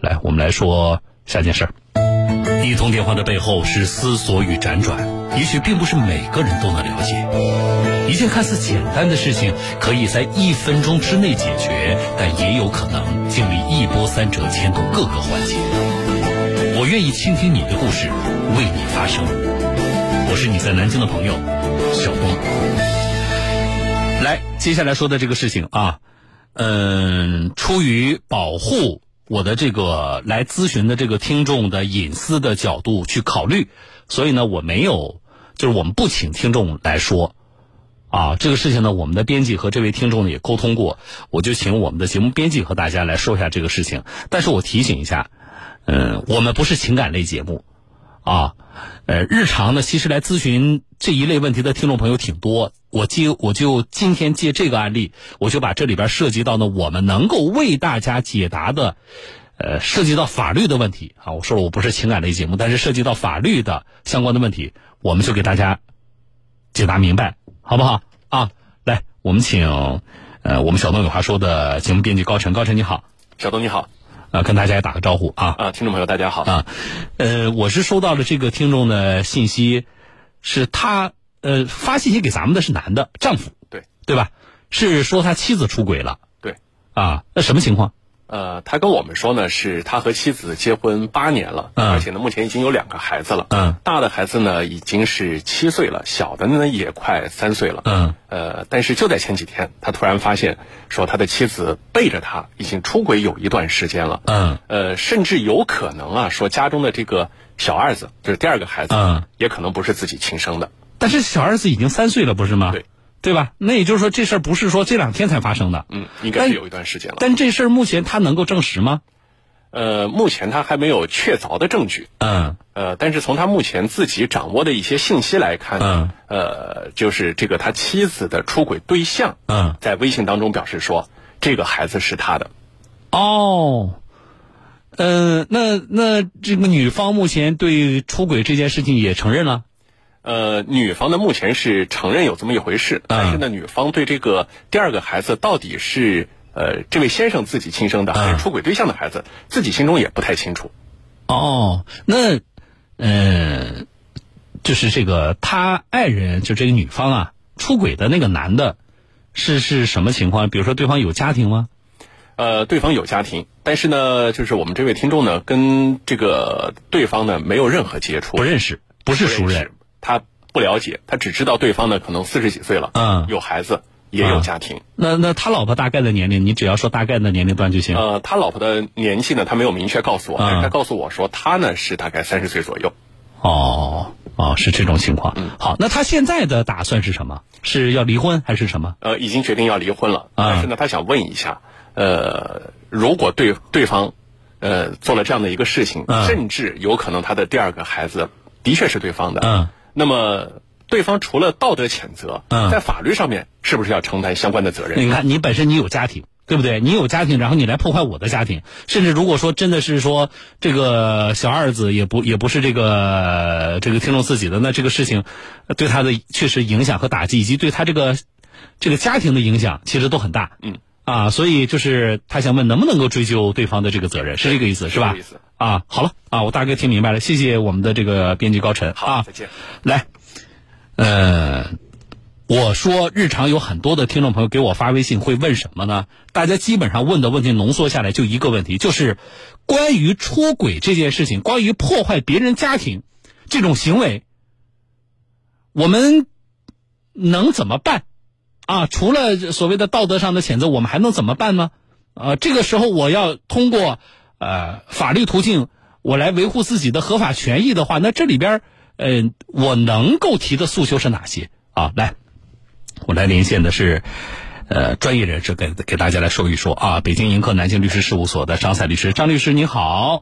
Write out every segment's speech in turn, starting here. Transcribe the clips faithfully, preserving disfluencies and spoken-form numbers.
来，我们来说下件事儿。一通电话的背后是思索与辗转，也许并不是每个人都能了解。一件看似简单的事情，可以在一分钟之内解决，但也有可能经历一波三折，牵动各个环节。我愿意倾听你的故事，为你发声。我是你在南京的朋友小东。来，接下来说的这个事情啊，嗯，出于保护我的这个来咨询的这个听众的隐私的角度去考虑，所以呢，我没有，就是我们不请听众来说啊，这个事情呢，我们的编辑和这位听众呢也沟通过，我就请我们的节目编辑和大家来说一下这个事情。但是我提醒一下，嗯，我们不是情感类节目啊，呃，日常呢，其实来咨询这一类问题的听众朋友挺多。我接我就今天借这个案例，我就把这里边涉及到呢，我们能够为大家解答的，呃，涉及到法律的问题啊。我说了，我不是情感类节目，但是涉及到法律的相关的问题，我们就给大家解答明白，好不好？啊，来，我们请呃，我们小东有话说的节目编辑高晨，高晨你好。 小东你好。 呃，跟大家也打个招呼啊！ 啊，听众朋友大家好啊！呃，我是收到了这个听众的信息，是他呃发信息给咱们的是男的，丈夫， 对对吧？是说他妻子出轨了， 对啊，那什么情况？ 呃，他跟我们说呢，是他和妻子结婚八年了， 嗯， 而且呢，目前已经有两个孩子了， 嗯， 大的孩子呢已经是七岁了，小的呢也快三岁了， 嗯， 呃，但是就在前几天，他突然发现说他的妻子背着他已经出轨有一段时间了， 嗯， 呃，甚至有可能啊，说家中的这个小儿子，就是第二个孩子， 嗯， 也可能不是自己亲生的。 但是小儿子已经三岁了，不是吗？ 对。 对吧？那也就是说，这事儿不是说这两天才发生的， 嗯，应该是有一段时间了。 但这事儿目前他能够证实吗？ 呃，目前他还没有确凿的证据。 嗯。 呃，但是从他目前自己掌握的一些信息来看， 嗯。 呃，就是这个他妻子的出轨对象， 嗯， 在微信当中表示说，这个孩子是他的。 哦。呃，那那这个女方目前对出轨这件事情也承认了。 呃，女方呢目前是承认有这么一回事，但是呢，女方对这个第二个孩子到底是呃这位先生自己亲生的，还是出轨对象的孩子，自己心中也不太清楚。 哦，那呃，就是这个他爱人，就这个女方啊，出轨的那个男的，是是什么情况？比如说对方有家庭吗？ 呃，对方有家庭，但是呢，就是我们这位听众呢，跟这个对方呢没有任何接触， 不认识，不是熟人。 他不了解，他只知道对方呢可能四十几岁了， 嗯， 有孩子，也有家庭。 嗯、那那他老婆大概的年龄，你只要说大概的年龄段就行。 呃，他老婆的年纪呢，他没有明确告诉我，但是他告诉我说他呢是大概三十岁左右。 哦哦，是这种情况。嗯，好，那他现在的打算是什么？是要离婚还是什么？ 呃，已经决定要离婚了，但是呢，他想问一下，呃，如果对对方呃做了这样的一个事情， 嗯、 甚至有可能他的第二个孩子的确是对方的， 嗯。 那么，对方除了道德谴责， 嗯， 在法律上面是不是要承担相关的责任？ 你看，你本身你有家庭，对不对？你有家庭，然后你来破坏我的家庭，甚至如果说真的是说这个小二子也不也不是这个这个听众自己的，那这个事情对他的确实影响和打击，以及对他这个这个家庭的影响，其实都很大。 嗯。 啊，所以就是他想问能不能够追究对方的这个责任，是这个意思，是吧？ 这个意思。 啊，好了啊，我大概听明白了，谢谢我们的这个编辑高晨。 好， 啊， 再见。 来，呃，我说日常有很多的听众朋友给我发微信会问什么呢？大家基本上问的问题浓缩下来就一个问题，就是关于出轨这件事情，关于破坏别人家庭这种行为，我们能怎么办？啊，除了所谓的道德上的谴责，我们还能怎么办呢？呃，这个时候我要通过呃法律途径，我来维护自己的合法权益的话，那这里边呃我能够提的诉求是哪些啊？来，我来连线的是呃专业人士，给给大家来说一说啊。北京盈科南京律师事务所的张赛律师，张律师你好。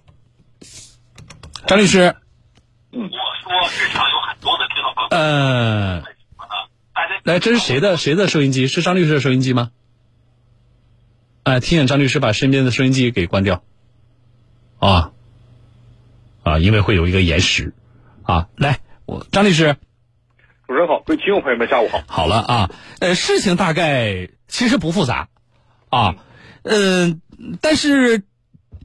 张律师。 嗯，我说市场有很多的这个方法。 呃。来，这是谁的谁的收音机？是张律师的收音机吗？哎、呃，提醒张律师把身边的收音机给关掉。啊啊，因为会有一个延时。啊，来，我张律师。 主持人好，各位听众朋友们，下午好。 好了啊，呃，事情大概其实不复杂，啊，嗯、呃，但是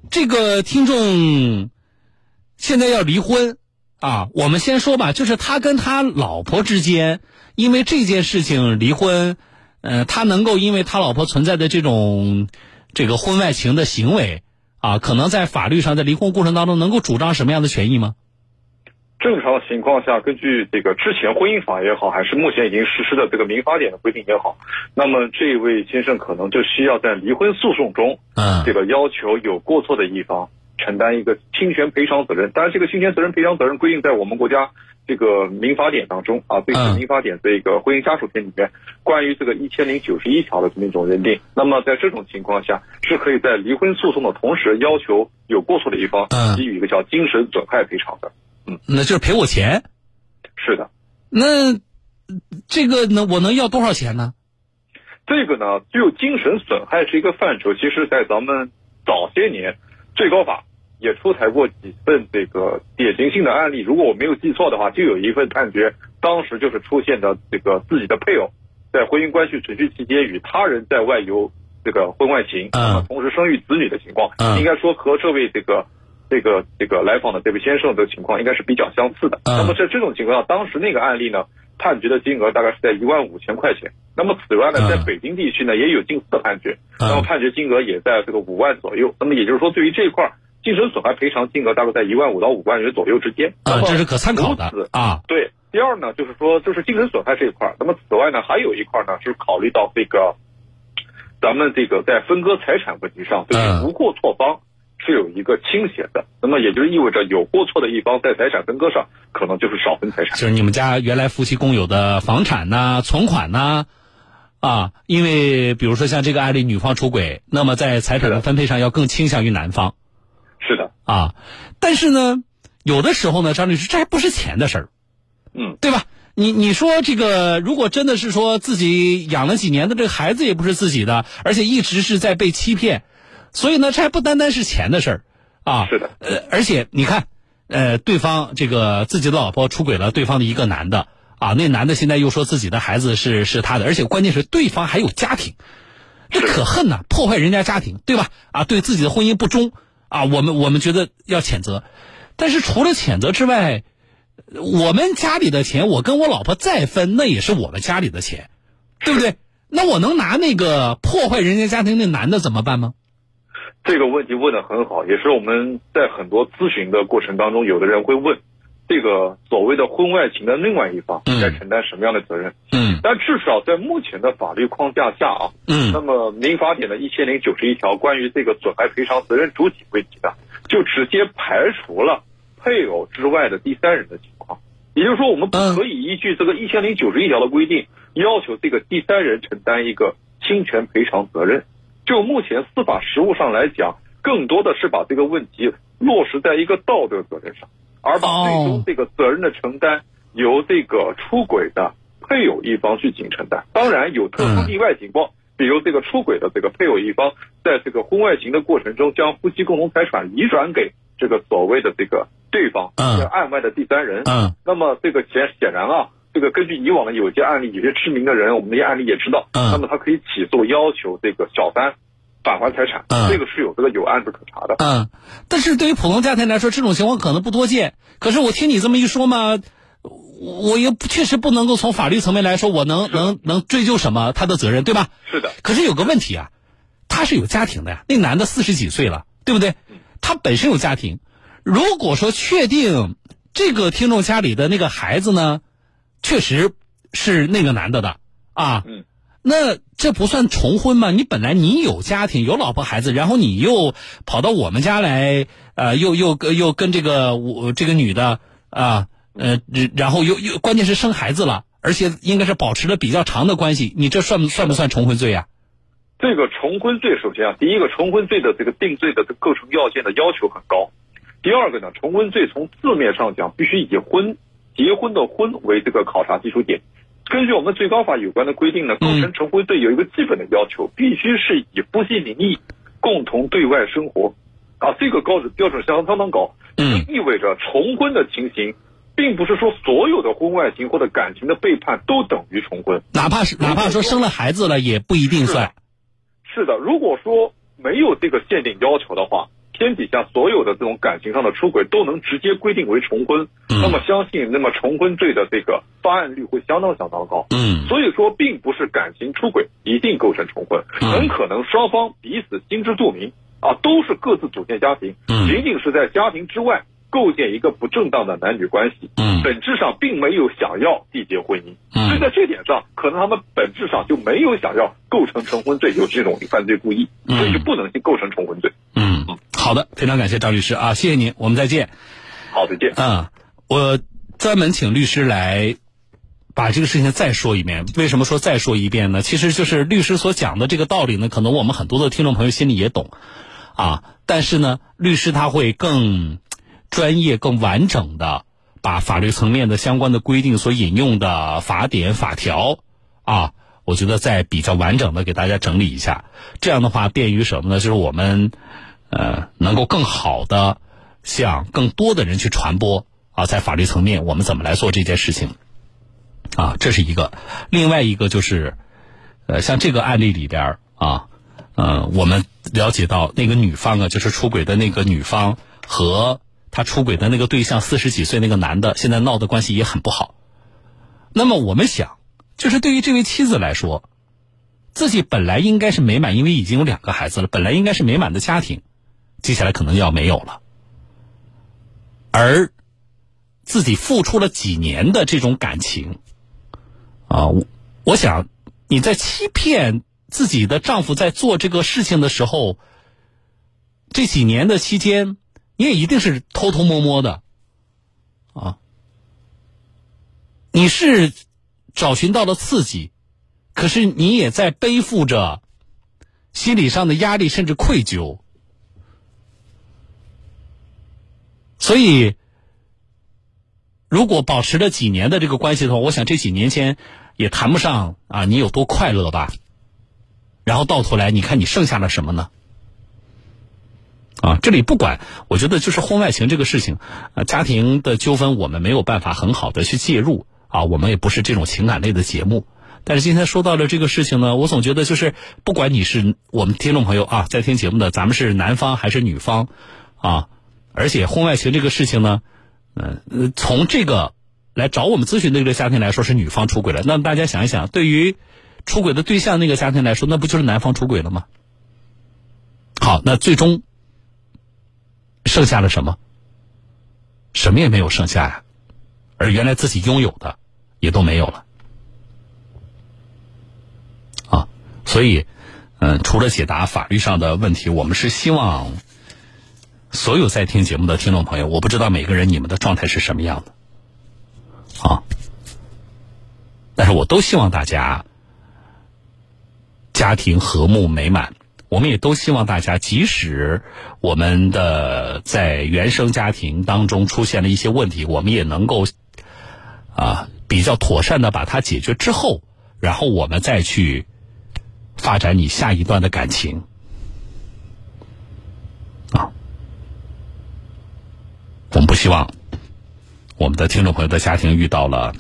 这个听众现在要离婚啊，我们先说吧，就是他跟他老婆之间因为这件事情离婚，呃，他能够因为他老婆存在的这种这个婚外情的行为啊，可能在法律上在离婚过程当中能够主张什么样的权益吗？ 正常情况下，根据这个之前婚姻法也好，还是目前已经实施的这个民法典的规定也好，那么这位先生可能就需要在离婚诉讼中，嗯，这个要求有过错的一方承担一个侵权赔偿责任。当然，这个侵权责任赔偿责任规定在我们国家这个民法典当中啊，对民法典这个婚姻家属篇里面关于这个一千零九十一条的这么一种认定。那么在这种情况下，是可以在离婚诉讼的同时要求有过错的一方给予一个叫精神损害赔偿的。 嗯，那就是赔我钱。 是的。 那这个呢，我能要多少钱呢？ 这个呢，就精神损害是一个范畴，其实在咱们早些年最高法也出台过几份这个典型性的案例，如果我没有记错的话，就有一份判决，当时就是出现的这个自己的配偶在婚姻关系存续期间与他人在外有这个婚外情，那么同时生育子女的情况，应该说和这位这个这个这个来访的这位先生的情况应该是比较相似的。那么在这种情况下，当时那个案例呢，判决的金额大概是在一万五千块钱。那么此外呢，在北京地区呢也有近似的判决，那么判决金额也在这个五万左右。那么也就是说，对于这一块精神损害赔偿金额大概在一万五到五万元左右之间。 啊，这是可参考的啊。 对。第二呢，就是说这是精神损害这一块。那么此外呢，还有一块呢是考虑到这个咱们这个在分割财产问题上，对于无过错方是有一个倾斜的，那么也就是意味着有过错的一方在财产分割上可能就是少分财产， 就是你们家原来夫妻共有的房产呐、存款呐，啊，因为比如说像这个案例，女方出轨，那么在财产的分配上要更倾向于男方。 是的， 啊，但是呢，有的时候呢，张律师，这还不是钱的事儿， 嗯， 对吧？你你说这个，如果真的是说自己养了几年的这个孩子也不是自己的，而且一直是在被欺骗。所以呢，这还不单单是钱的事儿，啊， 是的， 呃，而且你看，呃，对方这个自己的老婆出轨了对方的一个男的，啊，那男的现在又说自己的孩子是是他的，而且关键是对方还有家庭，这可恨呐，破坏人家家庭，对吧？啊，对自己的婚姻不忠，啊，我们我们觉得要谴责，但是除了谴责之外，我们家里的钱，我跟我老婆再分，那也是我们家里的钱，对不对？那我能拿那个破坏人家家庭那男的怎么办吗？ 这个问题问得很好，也是我们在很多咨询的过程当中，有的人会问，这个所谓的婚外情的另外一方应该承担什么样的责任？ 嗯， 但至少在目前的法律框架下啊， 嗯， 那么民法典的一千零九十一条关于这个损害赔偿责任主体问题呢，就直接排除了配偶之外的第三人的情况。也就是说，我们不可以依据这个一千零九十一条的规定，要求这个第三人承担一个侵权赔偿责任。就目前司法实务上来讲，更多的是把这个问题落实在一个道德责任上，而把最终这个责任的承担由这个出轨的配偶一方去进行承担。当然有特殊例外情况，比如这个出轨的这个配偶一方在这个婚外情的过程中，将夫妻共同财产移转给这个所谓的这个对方，这案外的第三人。 嗯， 那么这个显显然啊，这个根据以往的有些案例，有些知名的人，我们那些案例也知道， 嗯， 那么他可以起诉要求这个小三返还财产， 嗯， 这个是有这个有案子可查的。 嗯，但是对于普通家庭来说，这种情况可能不多见。可是我听你这么一说嘛，我也确实不能够从法律层面来说，我能能能追究什么他的责任，对吧？ 是的。 可是有个问题啊，他是有家庭的呀，那男的四十几岁了，对不对？他本身有家庭。如果说确定这个听众家里的那个孩子呢，确实是那个男的的啊， 嗯， 那这不算重婚吗？你本来你有家庭，有老婆孩子，然后你又跑到我们家来，呃，又又又跟这个我这个女的啊，呃，然后又又关键是生孩子了，而且应该是保持了比较长的关系，你这算不算不算重婚罪啊？ 这个重婚罪，首先啊，第一个重婚罪的这个定罪的这个构成要件的要求很高。第二个呢，重婚罪从字面上讲，必须以婚结婚的婚为这个考察基础点。根据我们最高法有关的规定呢，构成重婚罪有一个基本的要求，必须是以夫妻名义共同对外生活啊，这个高准标准相当相当高。 嗯， 意味着重婚的情形，并不是说所有的婚外情或者感情的背叛都等于重婚， 哪怕是哪怕说生了孩子了，也不一定算。 是的，如果说没有这个限定要求的话， 天底下所有的这种感情上的出轨都能直接规定为重婚， 嗯、 那么相信那么重婚罪的这个发案率会相当相当高。 嗯， 所以说并不是感情出轨一定构成重婚， 嗯、 很可能双方彼此心知肚明啊，都是各自组建家庭， 嗯、 仅仅是在家庭之外构建一个不正当的男女关系， 嗯， 本质上并没有想要缔结婚姻， 嗯， 所以在这点上，可能他们本质上就没有想要构成重婚罪，有这种犯罪故意， 嗯、 所以就不能去构成重婚罪。 嗯，好的，非常感谢张律师啊，谢谢您，我们再见。 好，再见。 嗯，我专门请律师来把这个事情再说一遍。为什么说再说一遍呢？其实就是律师所讲的这个道理呢，可能我们很多的听众朋友心里也懂啊，但是呢，律师他会更专业、更完整的把法律层面的相关的规定所引用的法典、法条啊，我觉得再比较完整的给大家整理一下。这样的话，便于什么呢？就是我们呃能够更好的向更多的人去传播啊，在法律层面我们怎么来做这件事情啊，这是一个。另外一个就是呃像这个案例里边啊，呃我们了解到那个女方啊，就是出轨的那个女方和他出轨的那个对象四十几岁那个男的，现在闹的关系也很不好。那么我们想，就是对于这位妻子来说，自己本来应该是美满，因为已经有两个孩子了，本来应该是美满的家庭，接下来可能要没有了。而自己付出了几年的这种感情啊，我我想你在欺骗自己的丈夫在做这个事情的时候，这几年的期间你也一定是偷偷摸摸的啊，你是找寻到了刺激，可是你也在背负着心理上的压力甚至愧疚。所以如果保持了几年的这个关系的话，我想这几年前也谈不上啊你有多快乐吧，然后到头来你看你剩下了什么呢？啊，这里不管，我觉得就是婚外情这个事情，呃，家庭的纠纷我们没有办法很好的去介入啊，我们也不是这种情感类的节目。但是今天说到了这个事情呢，我总觉得就是不管你是我们听众朋友啊，在听节目的，咱们是男方还是女方啊，而且婚外情这个事情呢，嗯、呃，从这个来找我们咨询的这个家庭来说是女方出轨了，那么大家想一想，对于出轨的对象那个家庭来说，那不就是男方出轨了吗？好，那最终剩下了什么？什么也没有剩下呀，而原来自己拥有的也都没有了啊！所以，嗯，除了解答法律上的问题，我们是希望所有在听节目的听众朋友，我不知道每个人你们的状态是什么样的啊，但是我都希望大家家庭和睦美满。我们也都希望大家，即使我们的在原生家庭当中出现了一些问题，我们也能够啊比较妥善的把它解决之后，然后我们再去发展你下一段的感情啊。我们不希望我们的听众朋友的家庭遇到了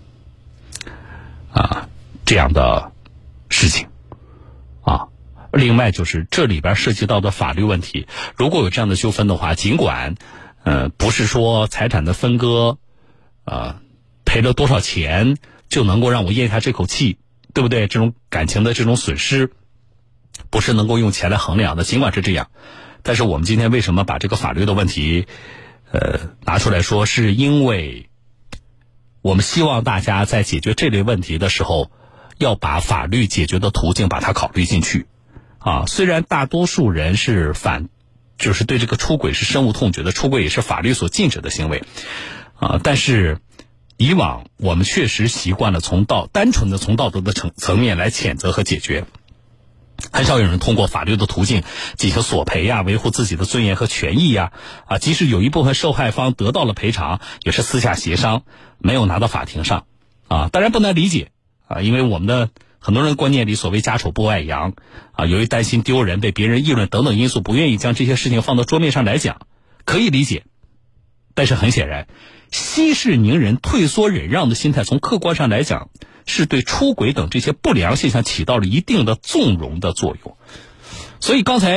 啊这样的事情啊。另外就是这里边涉及到的法律问题，如果有这样的纠纷的话，尽管呃不是说财产的分割呃赔了多少钱就能够让我咽下这口气，对不对？这种感情的这种损失不是能够用钱来衡量的，尽管是这样，但是我们今天为什么把这个法律的问题呃拿出来说，是因为我们希望大家在解决这类问题的时候要把法律解决的途径把它考虑进去啊。虽然大多数人是反，就是对这个出轨是深恶痛绝的，出轨也是法律所禁止的行为啊，但是以往我们确实习惯了从道单纯的从道德的层层面来谴责和解决，很少有人通过法律的途径进行索赔呀、维护自己的尊严和权益呀啊，即使有一部分受害方得到了赔偿，也是私下协商，没有拿到法庭上啊。当然不难理解啊，因为我们的很多人观念里所谓家丑不外扬啊，由于担心丢人、被别人议论等等因素，不愿意将这些事情放到桌面上来讲，可以理解。但是很显然，息事宁人、退缩忍让的心态，从客观上来讲，是对出轨等这些不良现象起到了一定的纵容的作用。所以刚才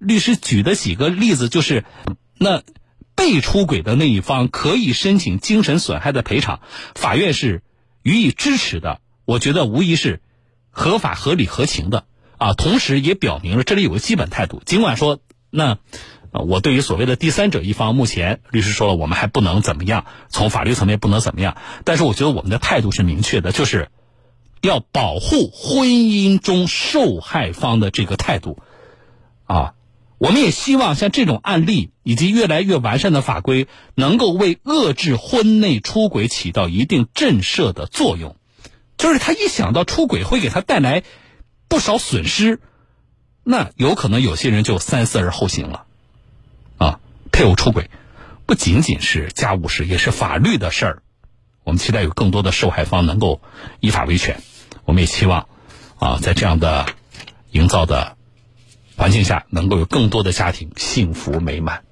律师举的几个例子，就是那被出轨的那一方可以申请精神损害的赔偿，法院是予以支持的，我觉得无疑是合法合理合情的啊，同时也表明了这里有个基本态度。尽管说那我对于所谓的第三者一方，目前律师说了我们还不能怎么样，从法律层面不能怎么样，但是我觉得我们的态度是明确的，就是要保护婚姻中受害方的这个态度啊。我们也希望像这种案例以及越来越完善的法规能够为遏制婚内出轨起到一定震慑的作用。就是他一想到出轨会给他带来不少损失，那有可能有些人就三思而后行了啊。配偶出轨不仅仅是家务事，也是法律的事儿。我们期待有更多的受害方能够依法维权。我们也期望啊，在这样的营造的环境下，能够有更多的家庭幸福美满。